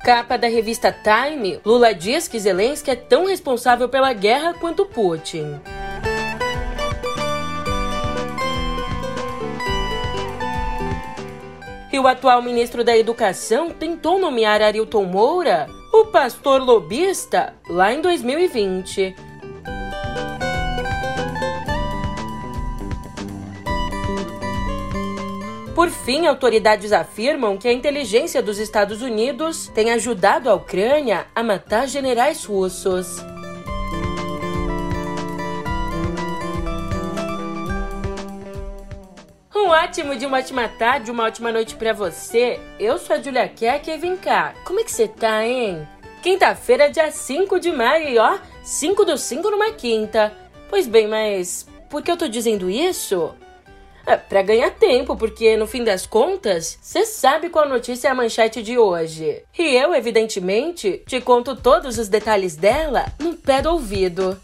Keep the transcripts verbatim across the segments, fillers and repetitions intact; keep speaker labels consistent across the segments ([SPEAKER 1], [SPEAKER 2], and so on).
[SPEAKER 1] Capa da revista Time, Lula diz que Zelensky é tão responsável pela guerra quanto Putin. E o atual ministro da Educação tentou nomear Arilton Moura, o pastor lobista, lá em dois mil e vinte. Por fim, autoridades afirmam que a inteligência dos Estados Unidos tem ajudado a Ucrânia a matar generais russos. Um ótimo dia, uma ótima tarde, uma ótima noite pra você. Eu sou a Julia Keck e vem cá, como é que você tá, hein? Quinta-feira, dia cinco de maio e ó, cinco do cinco numa quinta. Pois bem, mas por que eu tô dizendo isso? É, pra ganhar tempo, porque no fim das contas, você sabe qual notícia é a manchete de hoje. E eu, evidentemente, te conto todos os detalhes dela no pé do ouvido.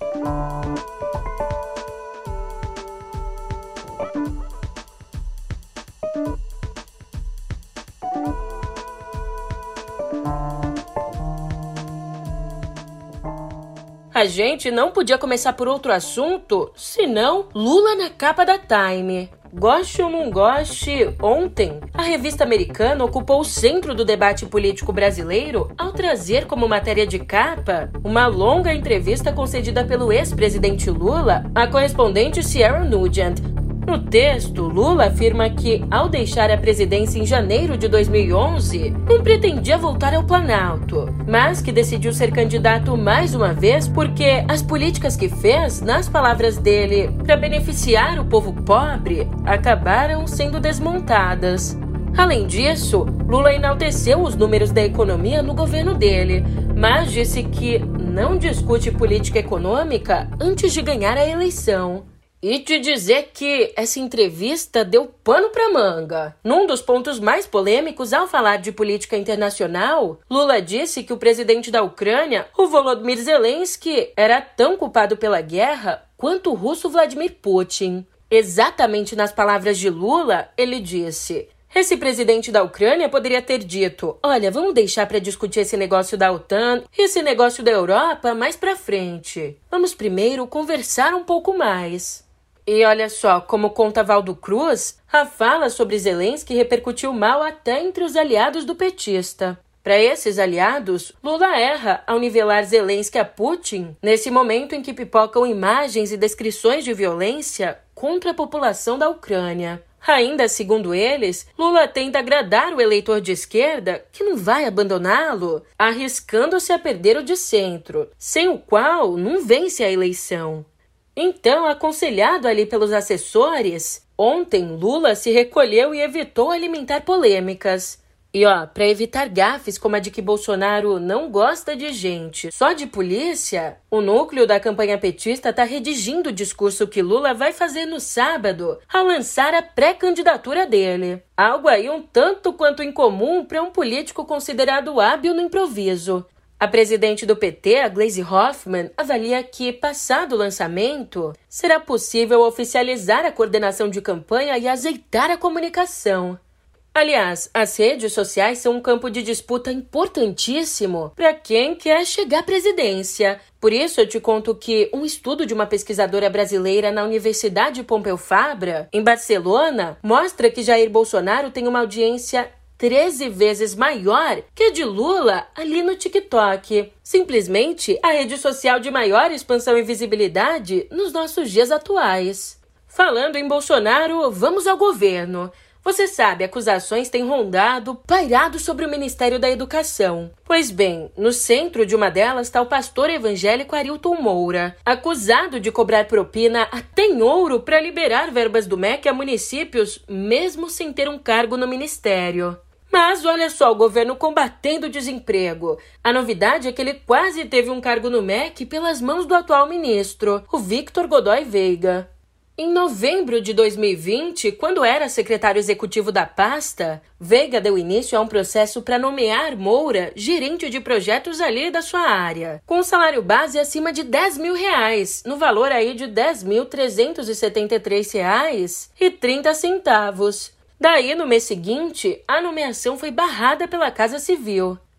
[SPEAKER 1] A gente não podia começar por outro assunto, senão Lula na capa da Time. Goste ou não goste, ontem, a revista americana ocupou o centro do debate político brasileiro ao trazer como matéria de capa uma longa entrevista concedida pelo ex-presidente Lula à correspondente Sierra Nugent. No texto, Lula afirma que, ao deixar a presidência em janeiro de dois mil e onze, não pretendia voltar ao Planalto, mas que decidiu ser candidato mais uma vez porque as políticas que fez, nas palavras dele, para beneficiar o povo pobre, acabaram sendo desmontadas. Além disso, Lula enalteceu os números da economia no governo dele, mas disse que não discute política econômica antes de ganhar a eleição. E te dizer que essa entrevista deu pano pra manga. Num dos pontos mais polêmicos ao falar de política internacional, Lula disse que o presidente da Ucrânia, o Volodymyr Zelensky, era tão culpado pela guerra quanto o russo Vladimir Putin. Exatamente nas palavras de Lula, ele disse: esse presidente da Ucrânia poderia ter dito: olha, vamos deixar para discutir esse negócio da OTAN e esse negócio da Europa mais pra frente. Vamos primeiro conversar um pouco mais. E olha só, como conta Valdo Cruz, a fala sobre Zelensky repercutiu mal até entre os aliados do petista. Para esses aliados, Lula erra ao nivelar Zelensky a Putin nesse momento em que pipocam imagens e descrições de violência contra a população da Ucrânia. Ainda segundo eles, Lula tenta agradar o eleitor de esquerda, que não vai abandoná-lo, arriscando-se a perder o de centro, sem o qual não vence a eleição. Então, aconselhado ali pelos assessores, ontem Lula se recolheu e evitou alimentar polêmicas. E ó, para evitar gafes como a de que Bolsonaro não gosta de gente, só de polícia, o núcleo da campanha petista está redigindo o discurso que Lula vai fazer no sábado ao lançar a pré-candidatura dele. Algo aí um tanto quanto incomum para um político considerado hábil no improviso. A presidente do P T, a Gleisi Hoffmann, avalia que, passado o lançamento, será possível oficializar a coordenação de campanha e azeitar a comunicação. Aliás, as redes sociais são um campo de disputa importantíssimo para quem quer chegar à presidência. Por isso, eu te conto que um estudo de uma pesquisadora brasileira na Universidade Pompeu Fabra, em Barcelona, mostra que Jair Bolsonaro tem uma audiência treze vezes maior que a de Lula ali no TikTok. Simplesmente a rede social de maior expansão e visibilidade nos nossos dias atuais. Falando em Bolsonaro, vamos ao governo. Você sabe, acusações têm rondado, pairado sobre o Ministério da Educação. Pois bem, no centro de uma delas está o pastor evangélico Arilton Moura, acusado de cobrar propina até em ouro para liberar verbas do M E C a municípios, mesmo sem ter um cargo no ministério. Mas olha só, o governo combatendo o desemprego. A novidade é que ele quase teve um cargo no M E C pelas mãos do atual ministro, o Victor Godoy Veiga. Em novembro de dois mil e vinte, quando era secretário executivo da pasta, Veiga deu início a um processo para nomear Moura gerente de projetos ali da sua área, com um salário base acima de dez mil reais, no valor aí de dez mil trezentos e setenta e três reais e trinta centavos. Daí, no mês seguinte, a nomeação foi barrada pela Casa Civil.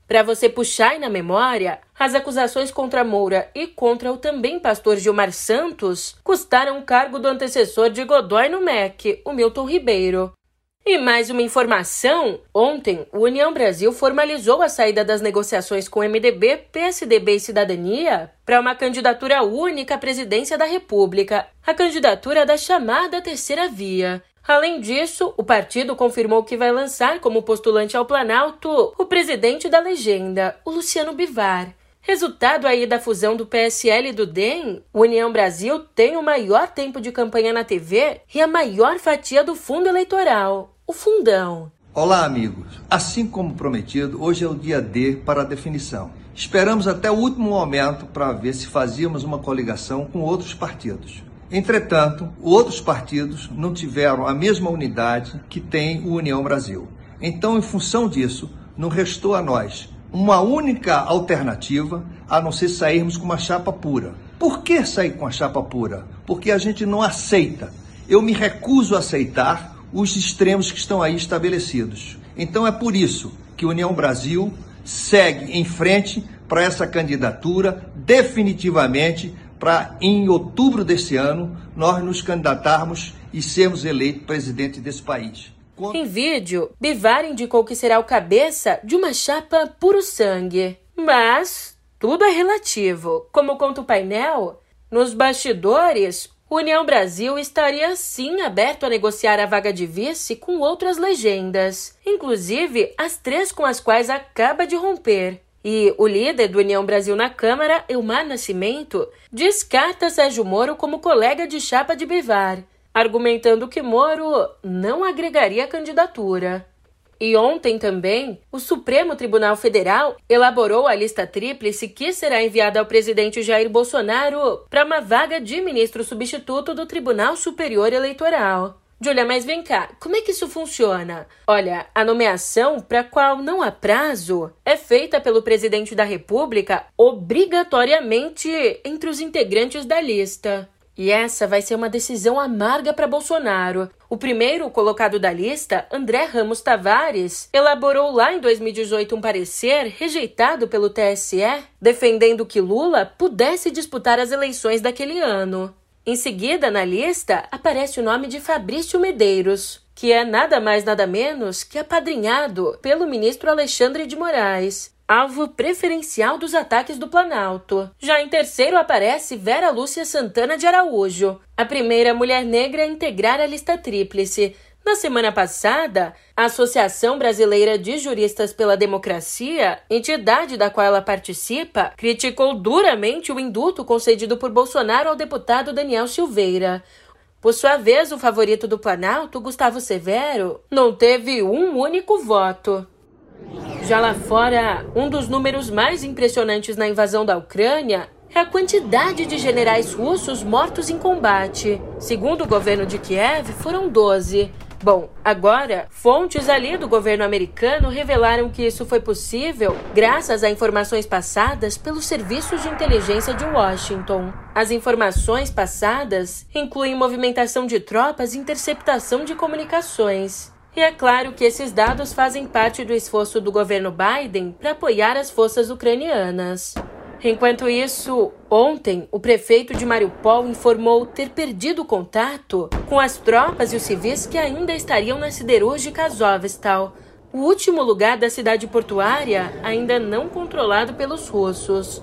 [SPEAKER 1] Para você puxar aí na memória, as acusações contra Moura e contra o também pastor Gilmar Santos custaram o cargo do antecessor de Godoy no M E C, o Milton Ribeiro. E mais uma informação, ontem o União Brasil formalizou a saída das negociações com M D B, P S D B e Cidadania para uma candidatura única à presidência da República, a candidatura da chamada Terceira Via. Além disso, o partido confirmou que vai lançar como postulante ao Planalto o presidente da legenda, o Luciano Bivar. Resultado aí da fusão do P S L e do D E M, o União Brasil tem o maior tempo de campanha na T V e a maior fatia do fundo eleitoral, o fundão.
[SPEAKER 2] Olá, amigos. Assim como prometido, hoje é o dia D para a definição. Esperamos até o último momento para ver se fazíamos uma coligação com outros partidos. Entretanto, outros partidos não tiveram a mesma unidade que tem o União Brasil. Então, em função disso, não restou a nós uma única alternativa a não ser sairmos com uma chapa pura. Por que sair com a chapa pura? Porque a gente não aceita. Eu me recuso a aceitar os extremos que estão aí estabelecidos. Então é por isso que a União Brasil segue em frente para essa candidatura definitivamente para, em outubro desse ano, nós nos candidatarmos e sermos eleitos presidente desse país.
[SPEAKER 1] Em vídeo, Bivar indicou que será o cabeça de uma chapa puro sangue. Mas tudo é relativo. Como conta o painel, nos bastidores, o União Brasil estaria sim aberto a negociar a vaga de vice com outras legendas, inclusive as três com as quais acaba de romper. E o líder do União Brasil na Câmara, Elmar Nascimento, descarta Sérgio Moro como colega de chapa de Bivar, argumentando que Moro não agregaria a candidatura. E ontem também, o Supremo Tribunal Federal elaborou a lista tríplice que será enviada ao presidente Jair Bolsonaro para uma vaga de ministro substituto do Tribunal Superior Eleitoral. Julia, mas vem cá, como é que isso funciona? Olha, a nomeação para a qual não há prazo é feita pelo presidente da República obrigatoriamente entre os integrantes da lista. E essa vai ser uma decisão amarga para Bolsonaro. O primeiro colocado da lista, André Ramos Tavares, elaborou lá em dois mil e dezoito um parecer rejeitado pelo T S E, defendendo que Lula pudesse disputar as eleições daquele ano. Em seguida, na lista, aparece o nome de Fabrício Medeiros, que é nada mais nada menos que apadrinhado pelo ministro Alexandre de Moraes, alvo preferencial dos ataques do Planalto. Já em terceiro aparece Vera Lúcia Santana de Araújo, a primeira mulher negra a integrar a lista tríplice. Na semana passada, a Associação Brasileira de Juristas pela Democracia, entidade da qual ela participa, criticou duramente o indulto concedido por Bolsonaro ao deputado Daniel Silveira. Por sua vez, o favorito do Planalto, Gustavo Severo, não teve um único voto. Já lá fora, um dos números mais impressionantes na invasão da Ucrânia é a quantidade de generais russos mortos em combate. Segundo o governo de Kiev, foram doze. Bom, agora, fontes ali do governo americano revelaram que isso foi possível graças a informações passadas pelos serviços de inteligência de Washington. As informações passadas incluem movimentação de tropas e interceptação de comunicações. E é claro que esses dados fazem parte do esforço do governo Biden para apoiar as forças ucranianas. Enquanto isso, ontem, o prefeito de Mariupol informou ter perdido o contato com as tropas e os civis que ainda estariam na siderúrgica Azovstal, o último lugar da cidade portuária ainda não controlado pelos russos.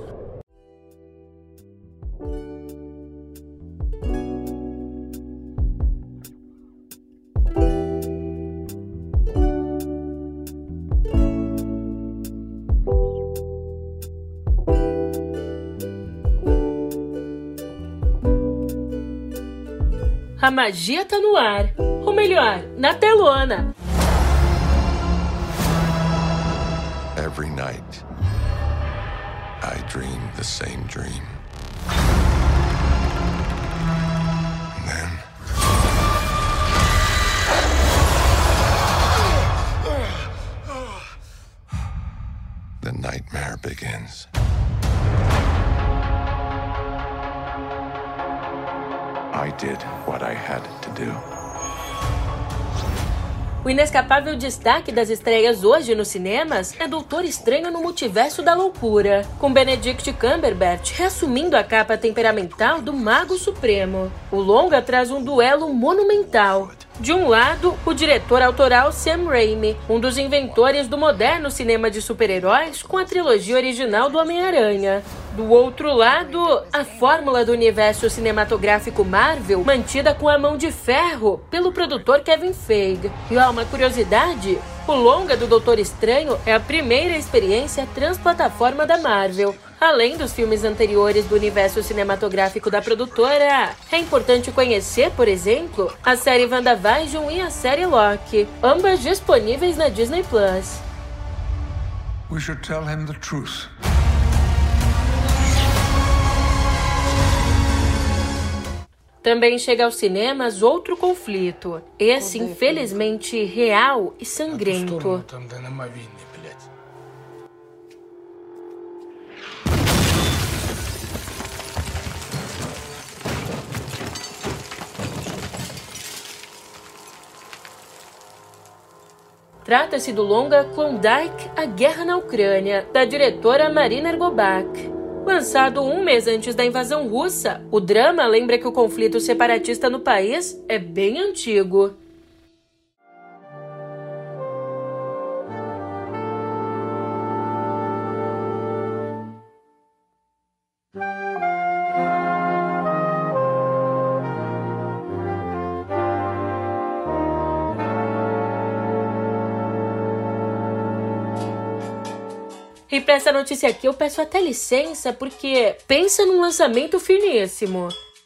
[SPEAKER 1] A magia tá no ar, ou melhor, na telona.
[SPEAKER 3] Every night, I dream the same dream. And then the nightmare begins. I did what I had to do.
[SPEAKER 1] O inescapável destaque das estreias hoje nos cinemas é Doutor Estranho no Multiverso da Loucura, com Benedict Cumberbatch reassumindo a capa temperamental do Mago Supremo. O longa traz um duelo monumental. De um lado, o diretor autoral Sam Raimi, um dos inventores do moderno cinema de super-heróis com a trilogia original do Homem-Aranha. Do outro lado, a fórmula do universo cinematográfico Marvel, mantida com a mão de ferro pelo produtor Kevin Feige. E ó, uma curiosidade, o longa do Doutor Estranho é a primeira experiência transplataforma da Marvel. Além dos filmes anteriores do universo cinematográfico da produtora, é importante conhecer, por exemplo, a série WandaVision e a série Loki, ambas disponíveis na Disney Plus.
[SPEAKER 4] We should tell him the truth.
[SPEAKER 1] Também chega aos cinemas outro conflito, esse infelizmente real e sangrento. Trata-se do longa Klondike, A Guerra na Ucrânia, da diretora Marina Ergobach. Lançado um mês antes da invasão russa, o drama lembra que o conflito separatista no país é bem antigo. E pra essa notícia aqui eu peço até licença, porque pensa num lançamento finíssimo.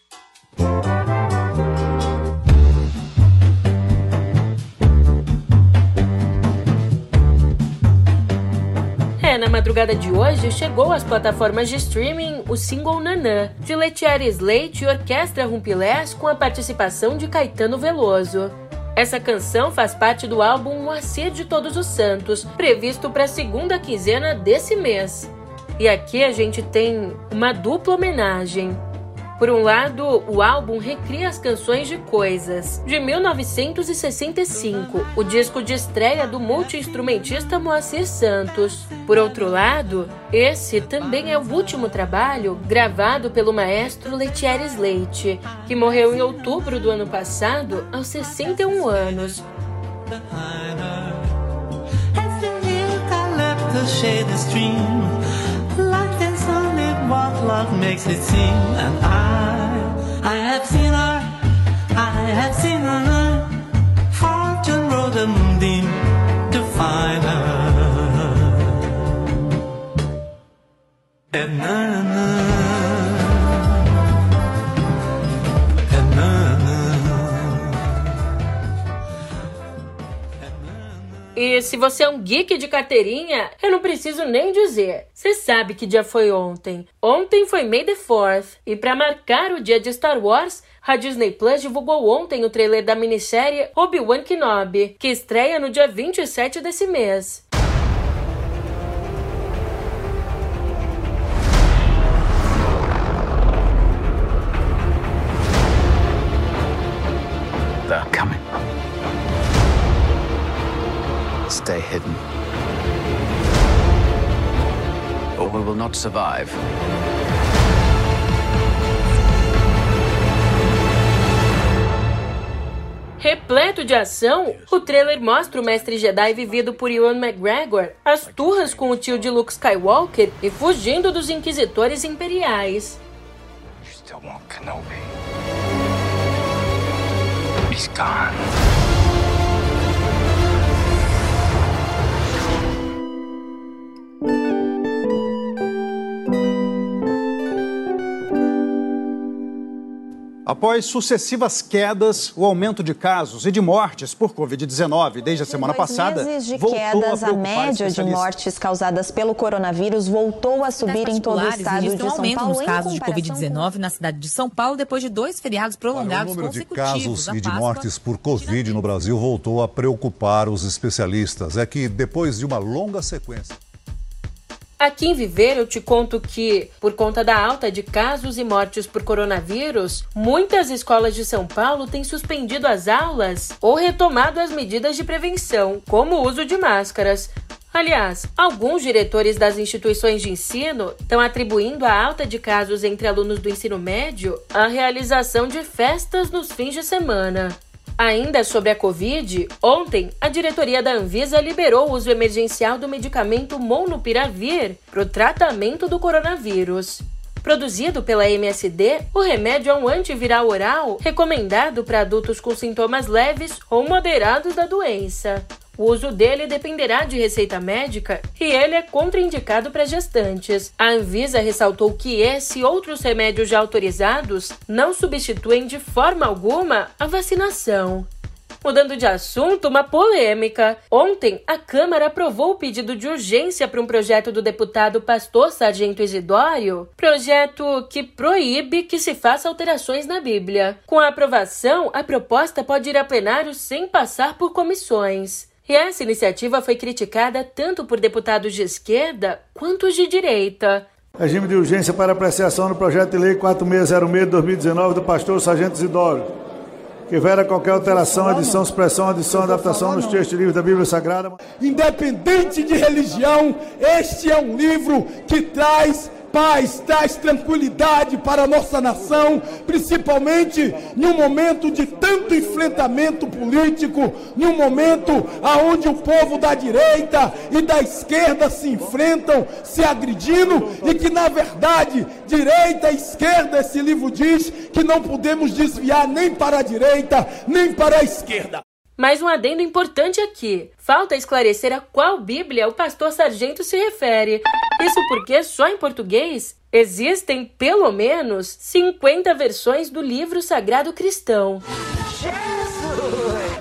[SPEAKER 1] É, na madrugada de hoje chegou às plataformas de streaming o single Nanã, de Lettieri Slate e Orquestra Rumpilés, com a participação de Caetano Veloso. Essa canção faz parte do álbum Moacir de Todos os Santos, previsto para a segunda quinzena desse mês. E aqui a gente tem uma dupla homenagem. Por um lado, o álbum recria as canções de Coisas, de mil novecentos e sessenta e cinco, o disco de estreia do multi-instrumentista Moacir Santos. Por outro lado, esse também é o último trabalho gravado pelo maestro Lettieri Slate, que morreu em outubro do ano passado, aos sessenta e um anos. What love makes it seem, and I, I have seen her, I have seen her, fortune rode a moonbeam to find her. And na na na, and na na. E se você é um geek de carteirinha, eu não preciso nem dizer. Você sabe que dia foi ontem. Ontem foi May the fourth. E para marcar o dia de Star Wars, a Disney Plus divulgou ontem o trailer da minissérie Obi-Wan Kenobi, que estreia no dia vinte e sete desse mês.
[SPEAKER 5] They're coming. Stay hidden, or we will not survive.
[SPEAKER 1] Repleto de ação, o trailer mostra o mestre Jedi vivido por Ewan McGregor às turras com o tio de Luke Skywalker e fugindo dos inquisitores imperiais.
[SPEAKER 5] You still want Kenobi? He's gone.
[SPEAKER 6] Após sucessivas quedas, o aumento de casos e de mortes por covid dezenove desde a semana passada voltou a preocupar.
[SPEAKER 7] A média de mortes causadas pelo coronavírus voltou a subir em todo o estado de São Paulo.
[SPEAKER 8] Aumento nos casos de covid dezenove na cidade de São Paulo depois de dois feriados prolongados consecutivos.
[SPEAKER 9] O número de casos e de mortes por Covid no Brasil voltou a preocupar os especialistas. É que depois de uma longa sequência
[SPEAKER 1] Aqui em Viver eu te conto que, por conta da alta de casos e mortes por coronavírus, muitas escolas de São Paulo têm suspendido as aulas ou retomado as medidas de prevenção, como o uso de máscaras. Aliás, alguns diretores das instituições de ensino estão atribuindo a alta de casos entre alunos do ensino médio à realização de festas nos fins de semana. Ainda sobre a Covid, ontem, a diretoria da Anvisa liberou o uso emergencial do medicamento Molnupiravir para o tratamento do coronavírus. Produzido pela M S D, o remédio é um antiviral oral recomendado para adultos com sintomas leves ou moderados da doença. O uso dele dependerá de receita médica e ele é contraindicado para gestantes. A Anvisa ressaltou que esse e outros remédios já autorizados não substituem de forma alguma a vacinação. Mudando de assunto, uma polêmica. Ontem, a Câmara aprovou o pedido de urgência para um projeto do deputado Pastor Sargento Isidório, projeto que proíbe que se faça alterações na Bíblia. Com a aprovação, a proposta pode ir a plenário sem passar por comissões. E essa iniciativa foi criticada tanto por deputados de esquerda quanto os de direita.
[SPEAKER 10] Regime de urgência para apreciação do projeto de lei quatro seis zero seis de dois mil e dezenove do pastor Sargento Isidório, que vera qualquer alteração, adição, supressão, adição, adaptação nos textos livros da Bíblia Sagrada.
[SPEAKER 11] Independente de religião, este é um livro que traz paz, traz tranquilidade para a nossa nação, principalmente em um momento de tanto enfrentamento político, em um momento onde o povo da direita e da esquerda se enfrentam, se agredindo, e que na verdade, direita e esquerda, esse livro diz que não podemos desviar nem para a direita, nem para a esquerda.
[SPEAKER 1] Mais um adendo importante aqui. Falta esclarecer a qual Bíblia o pastor Sargento se refere. Isso porque só em português existem pelo menos cinquenta versões do livro sagrado cristão. Jesus!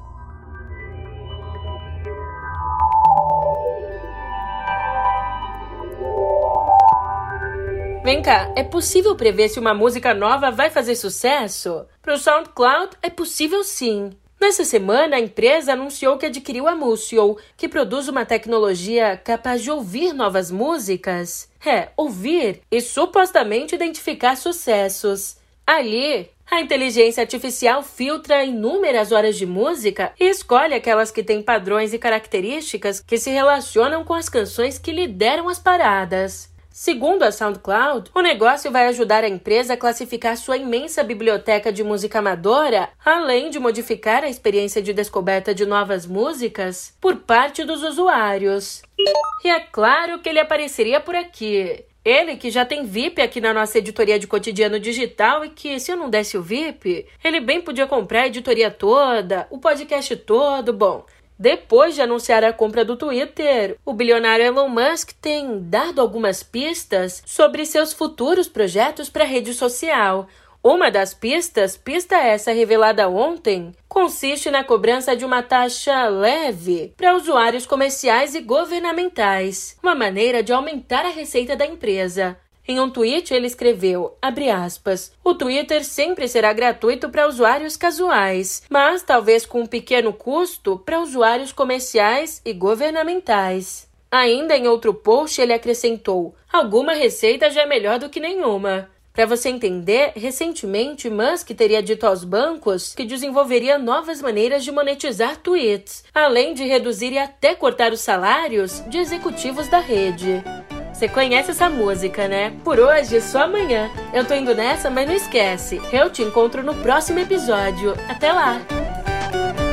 [SPEAKER 1] Vem cá, é possível prever se uma música nova vai fazer sucesso? Para o SoundCloud, é possível sim. Nessa semana, a empresa anunciou que adquiriu a Musio, que produz uma tecnologia capaz de ouvir novas músicas. É, ouvir e supostamente identificar sucessos. Ali, a inteligência artificial filtra inúmeras horas de música e escolhe aquelas que têm padrões e características que se relacionam com as canções que lideram as paradas. Segundo a SoundCloud, o negócio vai ajudar a empresa a classificar sua imensa biblioteca de música amadora, além de modificar a experiência de descoberta de novas músicas por parte dos usuários. E é claro que ele apareceria por aqui. Ele que já tem V I P aqui na nossa editoria de cotidiano digital e que, se eu não desse o V I P, ele bem podia comprar a editoria toda, o podcast todo, bom... Depois de anunciar a compra do Twitter, o bilionário Elon Musk tem dado algumas pistas sobre seus futuros projetos para a rede social. Uma das pistas, pista essa revelada ontem, consiste na cobrança de uma taxa leve para usuários comerciais e governamentais, uma maneira de aumentar a receita da empresa. Em um tweet, ele escreveu, abre aspas, o Twitter sempre será gratuito para usuários casuais, mas talvez com um pequeno custo para usuários comerciais e governamentais. Ainda em outro post, ele acrescentou, alguma receita já é melhor do que nenhuma. Para você entender, recentemente Musk teria dito aos bancos que desenvolveria novas maneiras de monetizar tweets, além de reduzir e até cortar os salários de executivos da rede. Você conhece essa música, né? Por hoje, só amanhã. Eu tô indo nessa, mas não esquece. Eu te encontro no próximo episódio. Até lá!